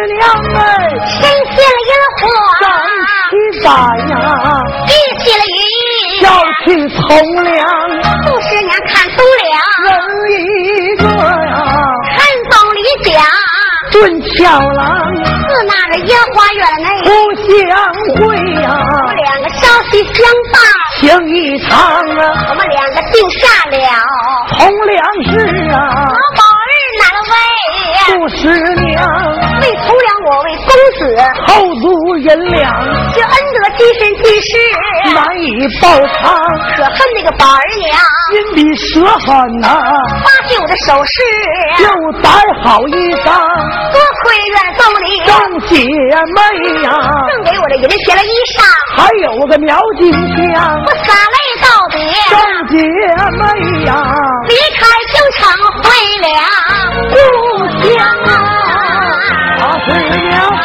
娘哎， 神仙了烟花站起山呀， 地起了云， 小气从良， 杜十娘看懂了， 人一个呀， 看懂李家准俏郎， 自那个烟花院内不相会呀， 我们两个朝夕相伴， 情一场啊， 我们两个定下了从良事啊， 老宝儿哪了位杜十娘为从良我为公子， 后足银两， 这恩德今生今世难以报偿， 可恨那个宝儿娘因比蛇狠呐， 发起我的首饰， 又带好衣裳， 多亏院宗里众姐妹呀， 赠给我的银钱了衣裳， 还有个苗金香， 我洒泪道别， 众姐妹呀， 离开京城回了故乡啊，十娘。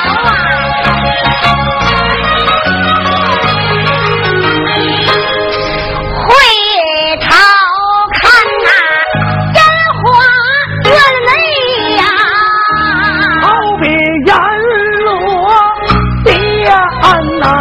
回头看那烟花院内呀， 好比烟落地暗呐，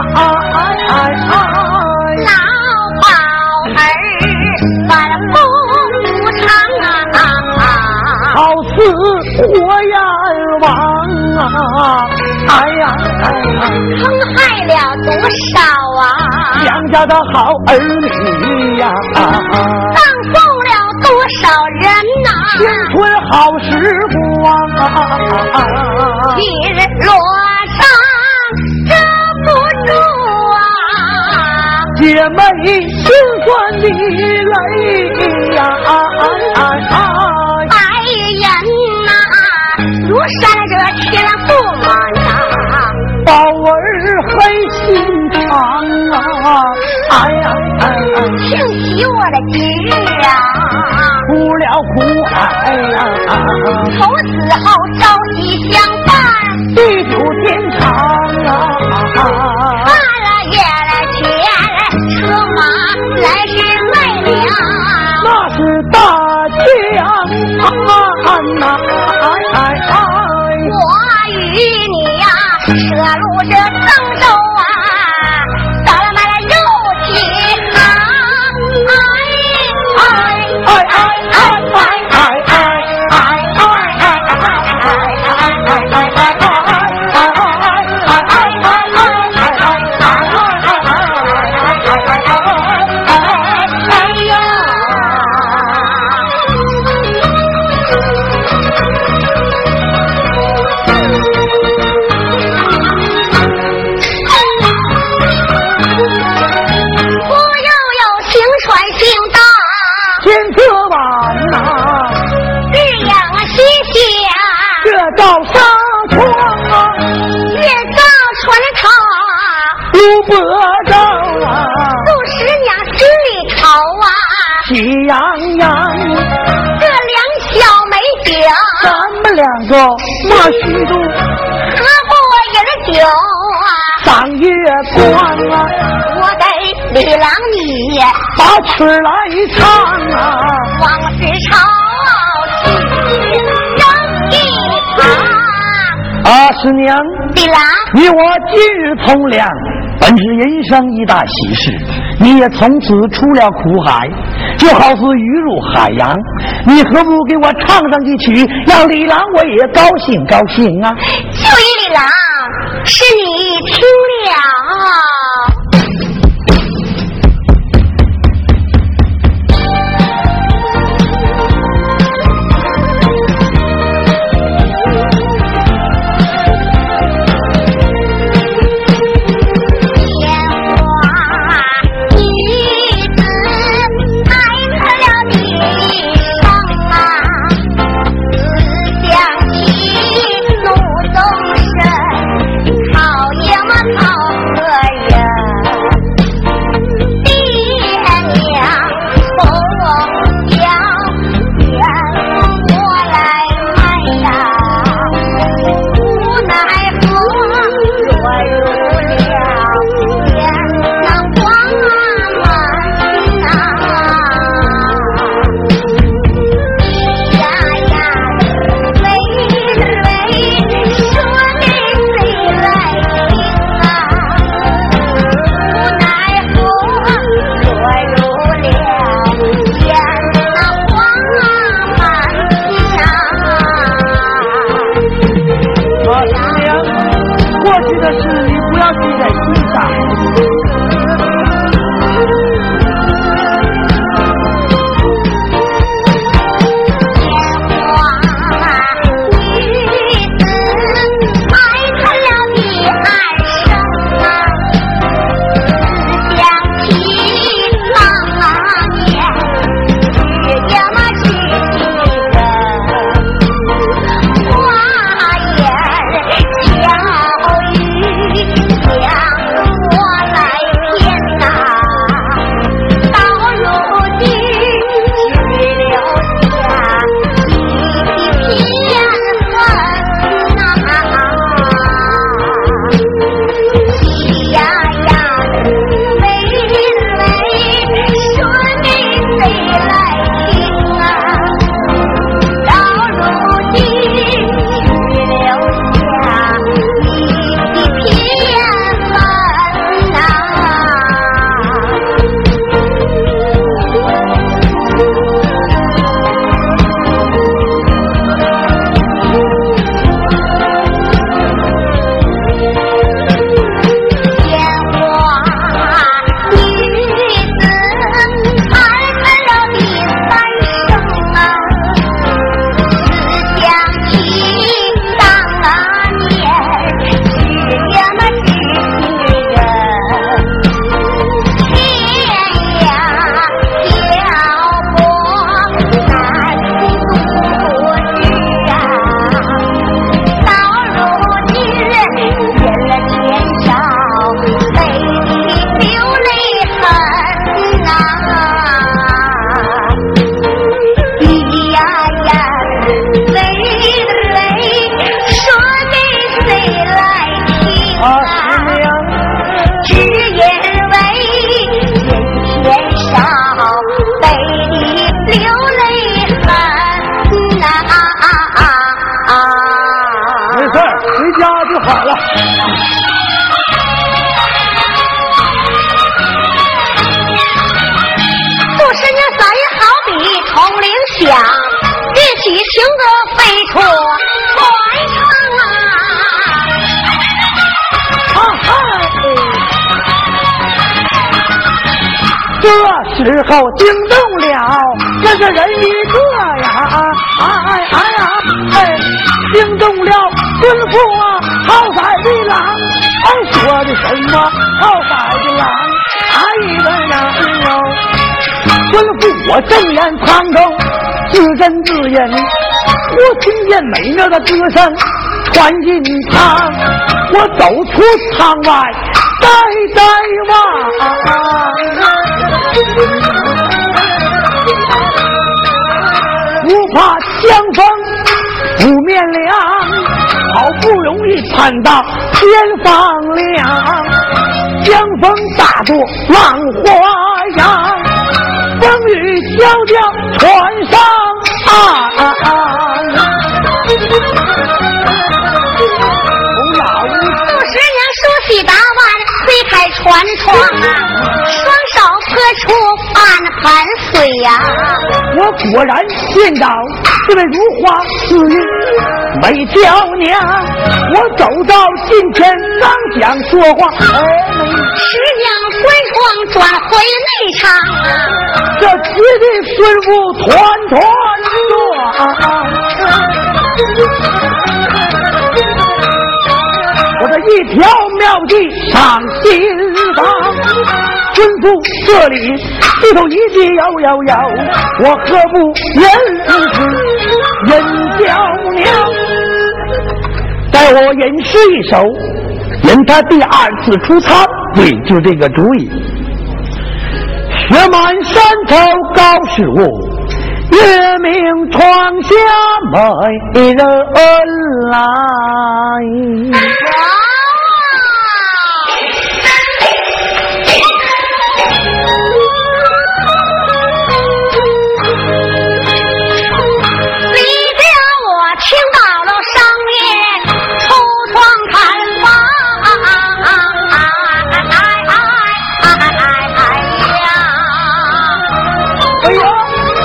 老宝儿把那风不长好似火焰王啊，哎呀， 坑害了多少啊， 两家的好儿女呀， 葬送了多少人呐， 青春好时光， 一日落上遮不住啊， 姐妹心酸的泪呀， 白人呐，如山这天不满呐， 宝儿黑心肠啊，哎呀， 庆喜我的吉日啊， 出了苦海呀， 从此后朝夕相伴， 地久天长啊， 看了夜来前车马来是累了， 那是大江呐， 我与你呀涉路这郑州啊，到了买了肉体照纱窗啊， 月照穿透如波照啊， 杜十娘心里头啊， 喜洋洋。 这两小美景， 咱们两个那虚度， 喝过饮酒啊， 赏月光啊， 我得李郎你把曲来唱啊， 往事潮起人一场。 啊，师娘， 李郎， 你我今日从良，本是人生一大喜事，你也从此出了苦海，就好似鱼入海洋。你何不给我唱上一曲，让李郎我也高兴高兴啊？ 就依李郎，是你听了。好爷们好个人。 在心上。 好了， 杜十年三也好比通灵响，一起听歌飞出传唱啊！ 这时候惊动了这个人一个呀，惊动了孙父啊，好歹的郎，说的什么好歹的郎，一个人哦，孙父我正言堂中自真自隐，我听见美妙的歌声传进堂，我走出堂外呆呆望，不怕江风不面凉，好不容易盼到天放亮，江风大作浪花扬，风雨萧条船上杜十年梳洗打扮推开船窗双手破出半盘水呀， 我果然见到这位如花似玉美娇娘，我走到近前刚想说话， 十娘关窗转回内场这急的孙父团团转，我这一条妙计上心房，孙父这里一头一计摇，我何不忍娇娘，待我吟诗一首，引他第二次出舱，对，就这个主意。雪满山头高是我，月明窗下美人来。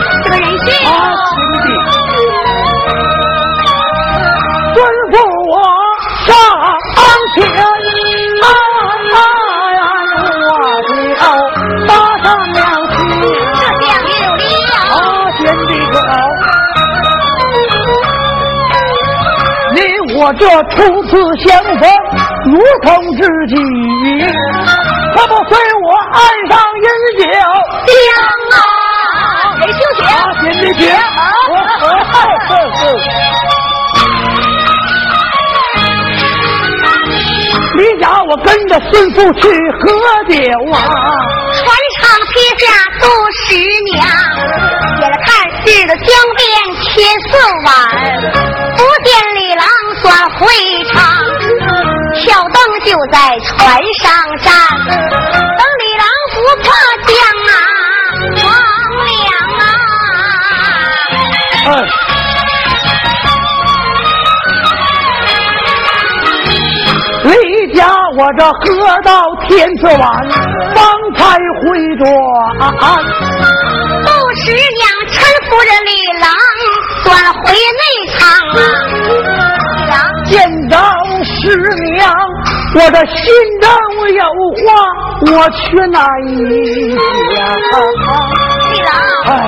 我我这初次相逢如同知己，可不随我岸上饮酒香啊！给兄弟， 先别别离家我跟着孙父去喝酒啊， 船上撇下杜十娘，眼看是的江边切4碗，不见李郎算回场，挑灯就在船上站，等李郎扶破江啊，王娘啊！ 离家我这喝到天色晚，方才回转。 杜十娘搀扶着李郎转回内场啊， 见到十娘，我这心中有话，我却难以讲。 李郎，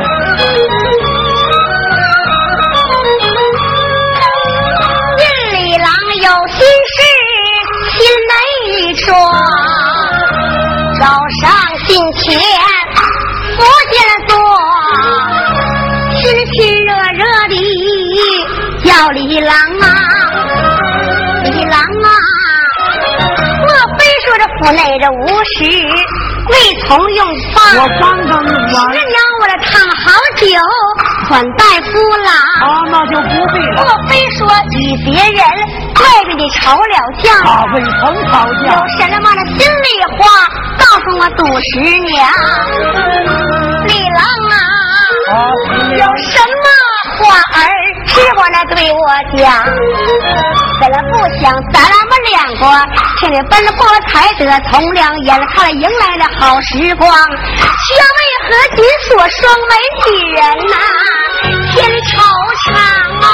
见李郎有心事心内说，早上近前佛前坐，亲亲热热地叫李郎啊，李郎啊，莫非说这府内这无事未曾用饭？ 我刚刚用完。 十娘我这烫好酒款待夫郎。 那就不必了。 莫非说与别人外边的吵了架？ 他未曾吵架。 有什么的心里话告诉我杜十娘。李郎啊，有什么话儿只管来对我讲。本来不想咱们2个天天奔波才得从良，眼看了迎来了好时光，却为何紧锁双眉的人呐，天惆怅啊！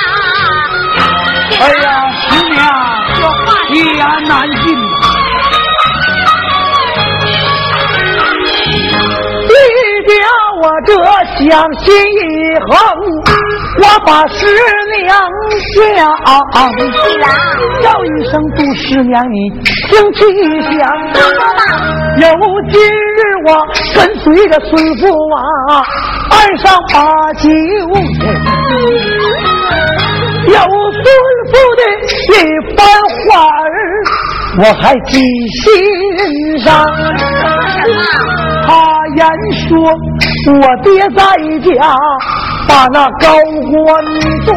哎呀，十娘，一言难尽。离家我这想心一横，我把十娘叫，叫一声杜十娘，你听其响。有今日我跟随着孙父啊，岸上把酒有孙父的一番话儿，我还记心上。他言说我爹在家把那高官做，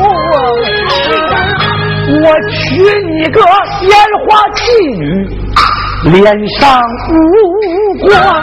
我娶你个烟花妓女，脸上无光。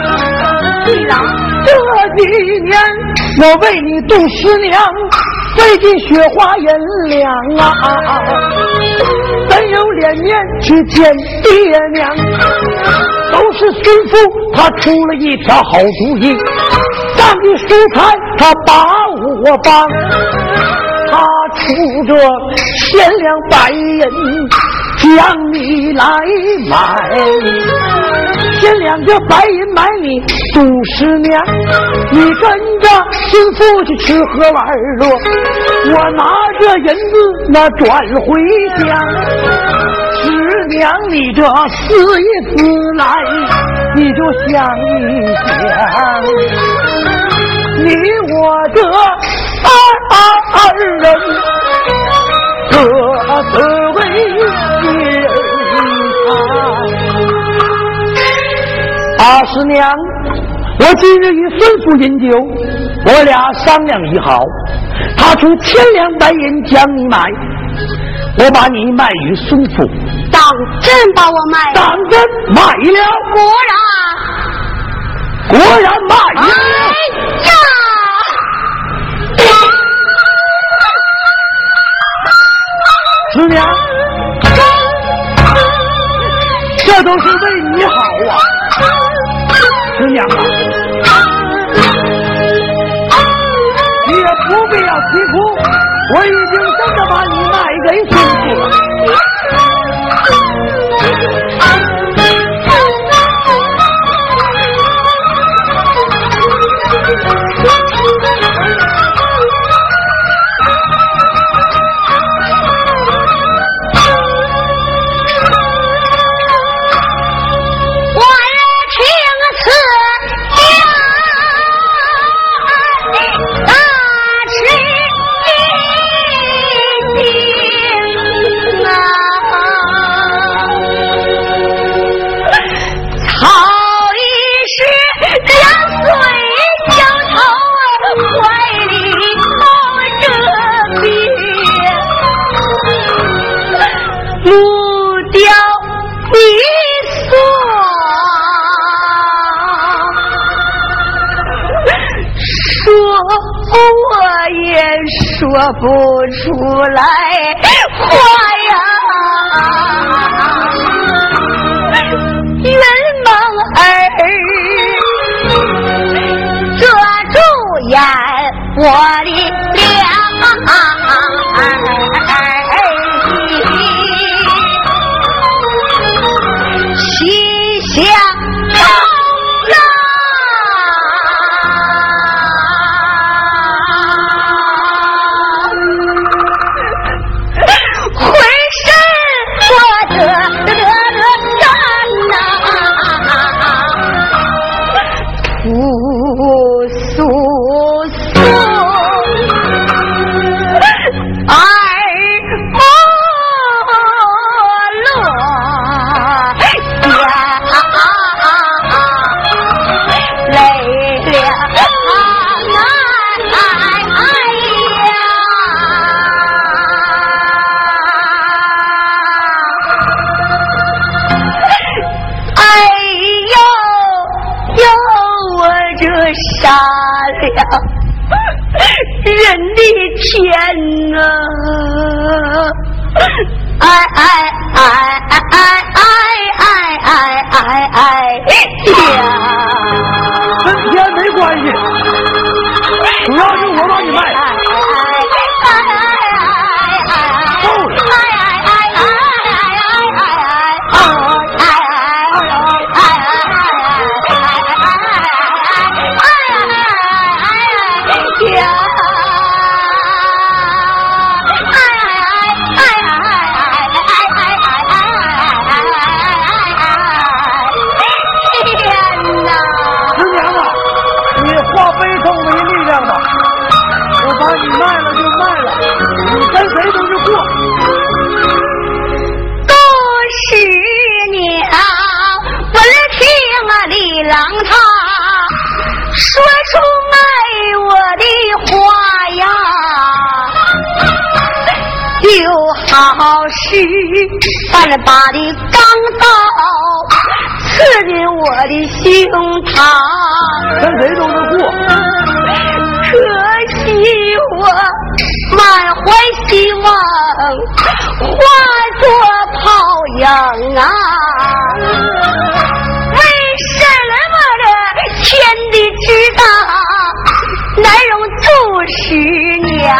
这几年我为你杜十娘费尽雪花银两啊，怎有脸面去见爹娘？都是孙父他出了一条好主意，上的蔬菜他把我帮，他出着1000两白银将你来买，1000两这白银买你杜十娘，你跟着孙父去吃喝玩乐，我拿着银子那转回家。十娘你这思一思来，你就想一想，你我这二人各自为人看。十娘，我今日与孙父饮酒，我俩商量已好，他出1000两白银将你买，我把你卖与孙父。 当真把我卖了？ 当真卖了，果然卖了。 哎呀！ 十娘，这都是为你好啊！十娘啊，你也不必要啼哭，我已经真的把你卖给孙父了。 说不出来话呀，圆梦儿遮住眼我的两心想傻了人的天哪！哎哎哎哎哎哎哎哎哎呀！ 跟天没关系，主要是我帮你卖。够了。你卖了就卖了，你跟谁都是过。 都是娘，我听啊李郎他说出卖我的话呀，就好是3把的钢刀刺进我的胸膛， 跟谁都是过。 可惜我满怀希望化作泡影啊，为什么这天地之大难容杜十娘，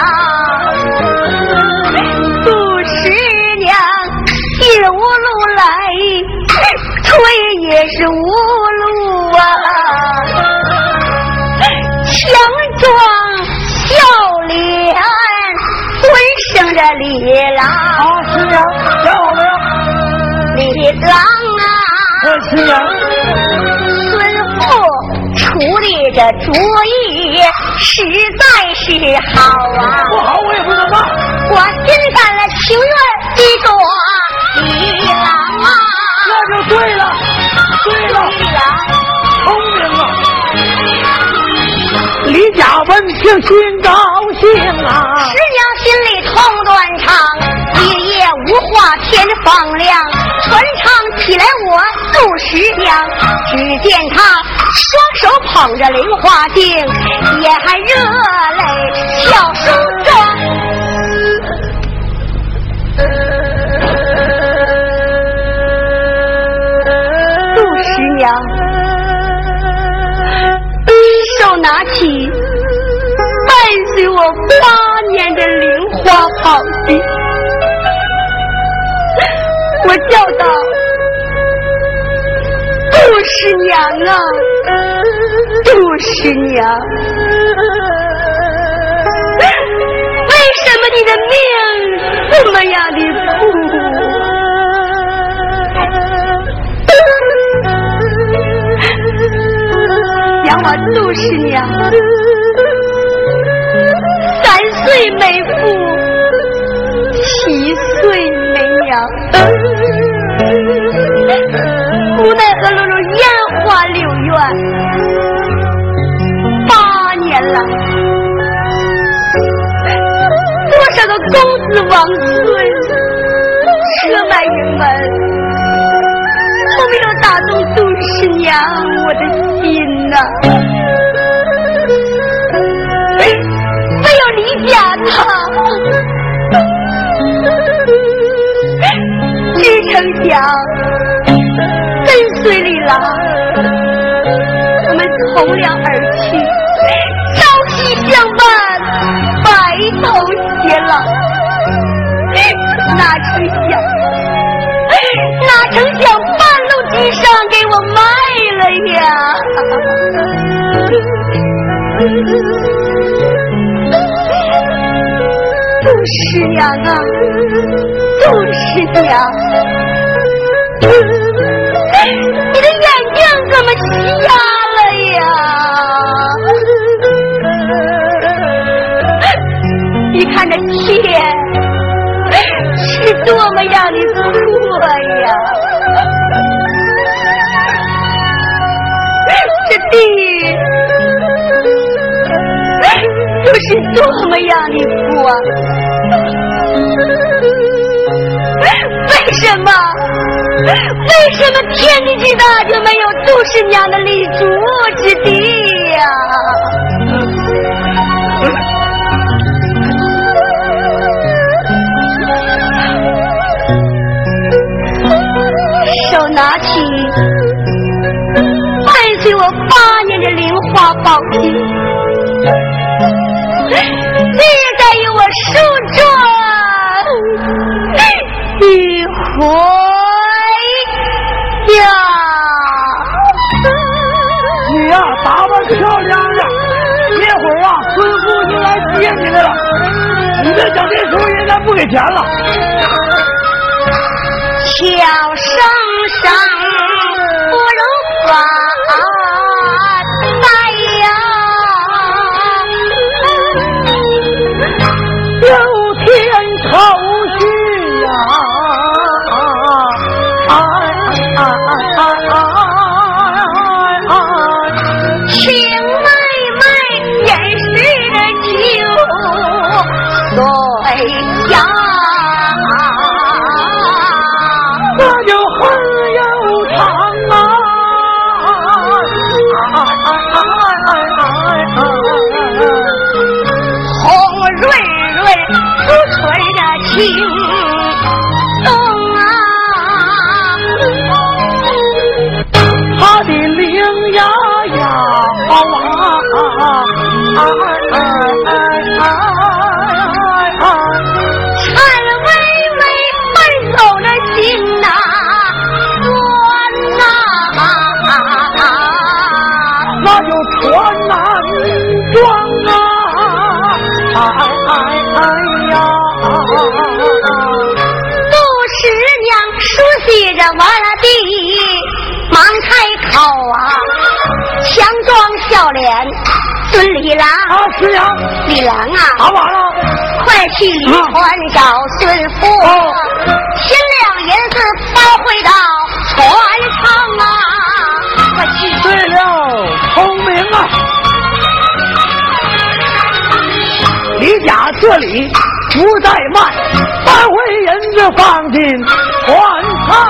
杜十娘进无路来，退也是无路啊，强装笑脸浑生着李郎啊，师娘想好了呀？ 李郎啊， 师娘孙父出的这主意实在是好啊， 不好我也不能骂， 我心甘了情愿的做李郎啊， 那就对了，对了，聪明啊，李甲闻听心高兴啊， 师娘心里痛断肠，夜夜无话天放亮，传唱起来我杜十娘，只见她双手捧着菱花镜，也还热泪笑梳妆，杜十娘手拿起伴随我8年的菱花宝镜，我叫道：杜十娘啊，杜十娘，为什么你的命这么样的苦？想我杜十娘3岁没父7岁没娘，无奈何落入烟花柳院8年了，多少个公子王孙车马营门都没有打动杜十娘我的心呐，唯有李家呐，只成想跟随李郎，我们从良而去，朝夕相伴，白头偕老。哪成想半路之上给我卖了呀！杜师娘啊，杜师娘，你的眼睛怎么瞎了呀？你看这天是多么让你错呀！这地又是多么让你错！为什么天地之大就没有杜氏娘的立足之地呀？手拿起伴随我8年的菱花宝剑，列在于我书中一回呀！ 你呀，打扮漂亮了，一会儿啊，孙父就来接你来了。你这小弟叔人家不给钱了。 悄声声不如发呆呀， 有天愁绪呀， 请妹妹认识的酒对呀。情动啊， 他的铃呀呀颤巍巍奔走的心呐，酸呐， 那就船难装呀。 杜师娘熟悉着我的忙开口啊，强装笑脸，孙李郎啊，师娘， 李郎啊， 打完了， 快去离船找孙父，天亮银子包回到船舱啊，快去！ 对了，聪明啊！李甲这里不再慢，搬回银子放进船舱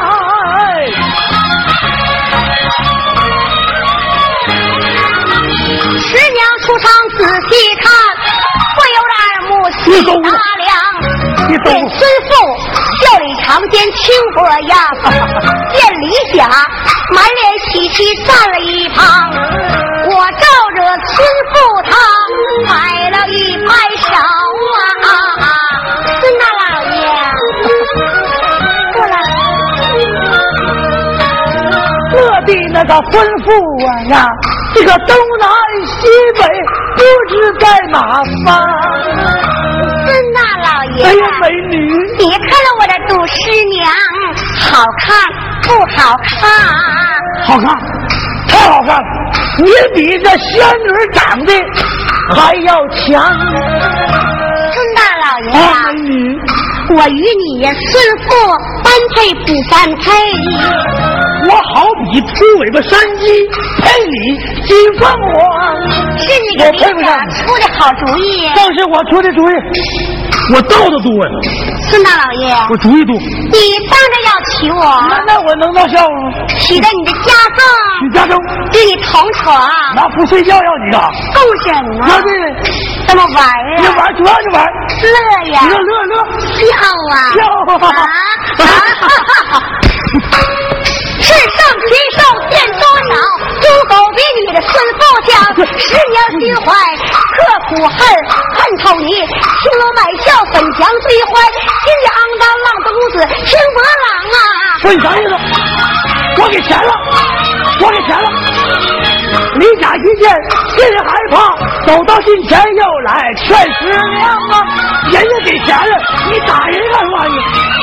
师娘出场仔细看，会有耳目细打量，见孙父袖里长剑轻波样，见李甲满脸喜气站了一旁，我照着孙父堂摆了一拍手啊，孙大老爷过来， 各地那个吩咐呀，这个东南西北不知在哪方。 孙大老爷， 哎呀，美女， 你看了我的杜师娘，好看不好看？ 好看，太好看了！你比这仙女长得还要强。 孙大老爷啊，美女， 我与你孙父般配不般配？ 我好比秃尾巴山鸡，配你金凤凰。 是你给李甲出的好主意。 正是我出的主意，我道的多呀。 孙大老爷， 我主意多。 你当着要娶我， 那我能到笑吗？ 娶的你的家中， 许家中与你同床， 那不睡觉要你干？ 够什么？ 那对了， 怎么玩啊？ 你玩主要你玩乐呀！ 乐跳啊！世上禽兽见多少，猪狗比你的孙父强。师娘心怀刻苦恨透你，青楼买笑粉墙最坏，心里肮当浪子青波浪啊！ 说你啥意思？我给钱了，离家一见心里害怕，走到近前又来劝师娘啊，人家给钱了，你打人干嘛你？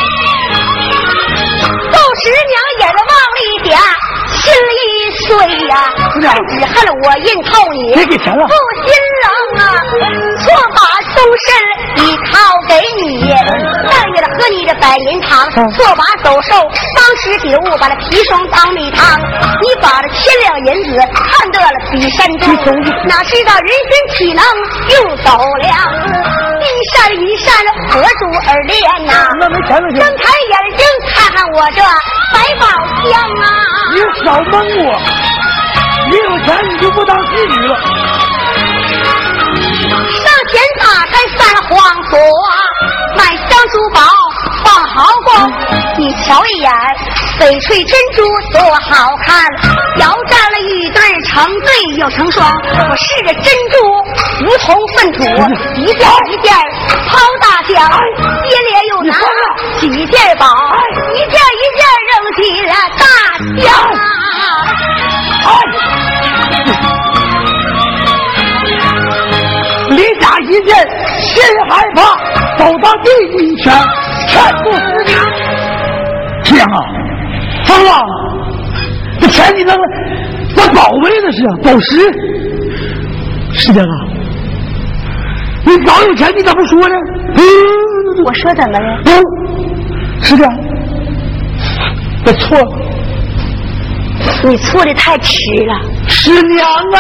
奏师娘眼儿往里点，心里碎呀，只恨我硬透你， 别给钱了， 不心冷啊！错把终身依靠给你，但为了喝你的百年汤，错把走兽当时给物，把这砒霜当蜜汤。你把这千两银子看得了比山重，哪知道人心岂能用斗量？一扇一扇合住而练呐， 那没钱了行？ 睁开眼睛看看我这百宝箱啊！ 你少蒙我，你有钱你就不当妓女了。 上前打开三皇锁，满箱珠宝放好过，你瞧一眼，翡翠珍珠多好看，腰占了一对成对又成双，我试着珍珠如同粪土，一件一件抛大江，接连又拿几件宝，一件一件扔进了大江。 离家一见心害怕，走到地一圈全部死你。这样啊，疯了！这钱你那宝贝的是宝石，是这样啊？你早有钱你咋不说呢？ 我说怎么了？ 是这样，我错了。 你错的太迟了， 师娘哎！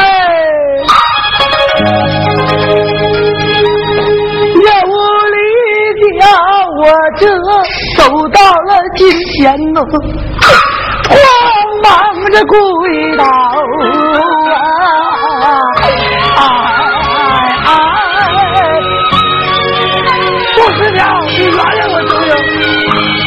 要我离家，我这走到了今天呢，慌忙着跪倒不师娘，你原谅我行不行？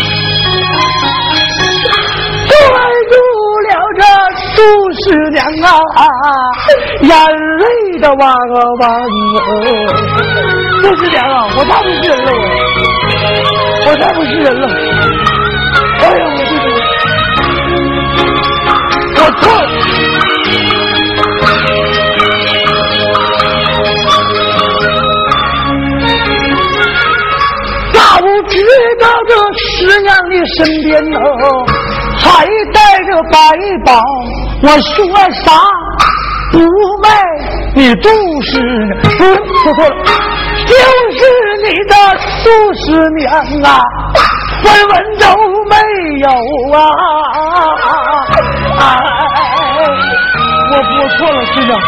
杜师娘啊，眼泪的汪啊汪哦！杜师娘啊，我太不是人了，我太不是人了！哎呀，我错了！咋不知道这师娘的身边哦？还带着百宝，我说啥不卖你杜氏，说错了，就是你的杜师娘啊，分文都没有啊！我错了，师娘，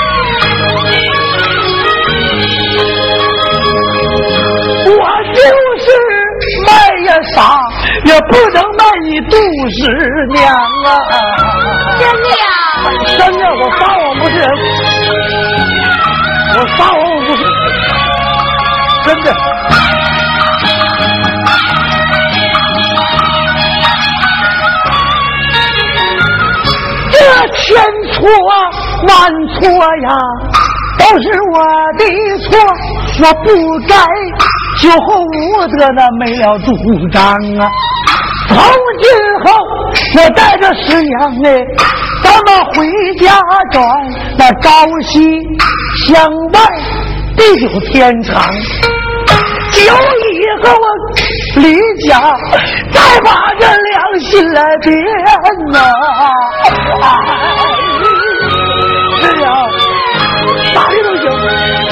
我就是卖呀啥也不能卖你杜师娘啊！ 真的呀？ 真的，我撒谎不是人，我撒谎我不是真的。这千错万错呀，都是我的错，我不该酒后无德的没了主张啊！从今后我带着师娘哎，咱们回家转那朝夕相伴，地久天长。久以后我离家，再把这良心来变呐！是呀，哪里都行。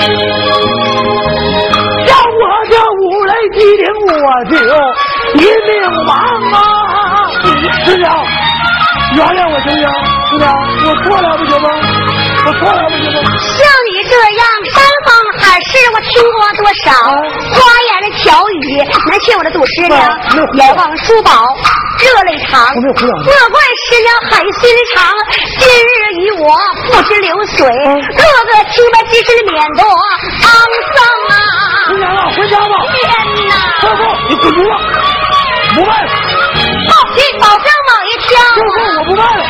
让我这五雷击顶，我就一命亡啊！师娘，原谅我行不行？师娘，我错了不行吗？我错了不行吗？ 像你这样山盟海誓，我听过多少？花言的巧语能骗我的杜师娘？眼望珠宝热泪淌。责怪师娘狠心肠，今日与我不知流水，哥哥770的面多肮脏啊！ 师娘啊，回家吧！ 天哪！ 不，你滚出来！不卖了！ 保证猛一枪！ 我不卖了！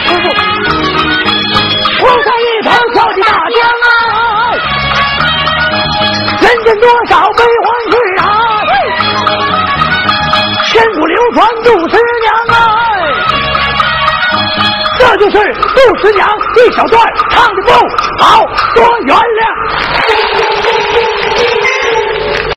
皇上一场笑起大江啊！人间多少悲欢事啊！千古流传杜十娘啊！这就是杜十娘一小段，唱的不好，多原谅。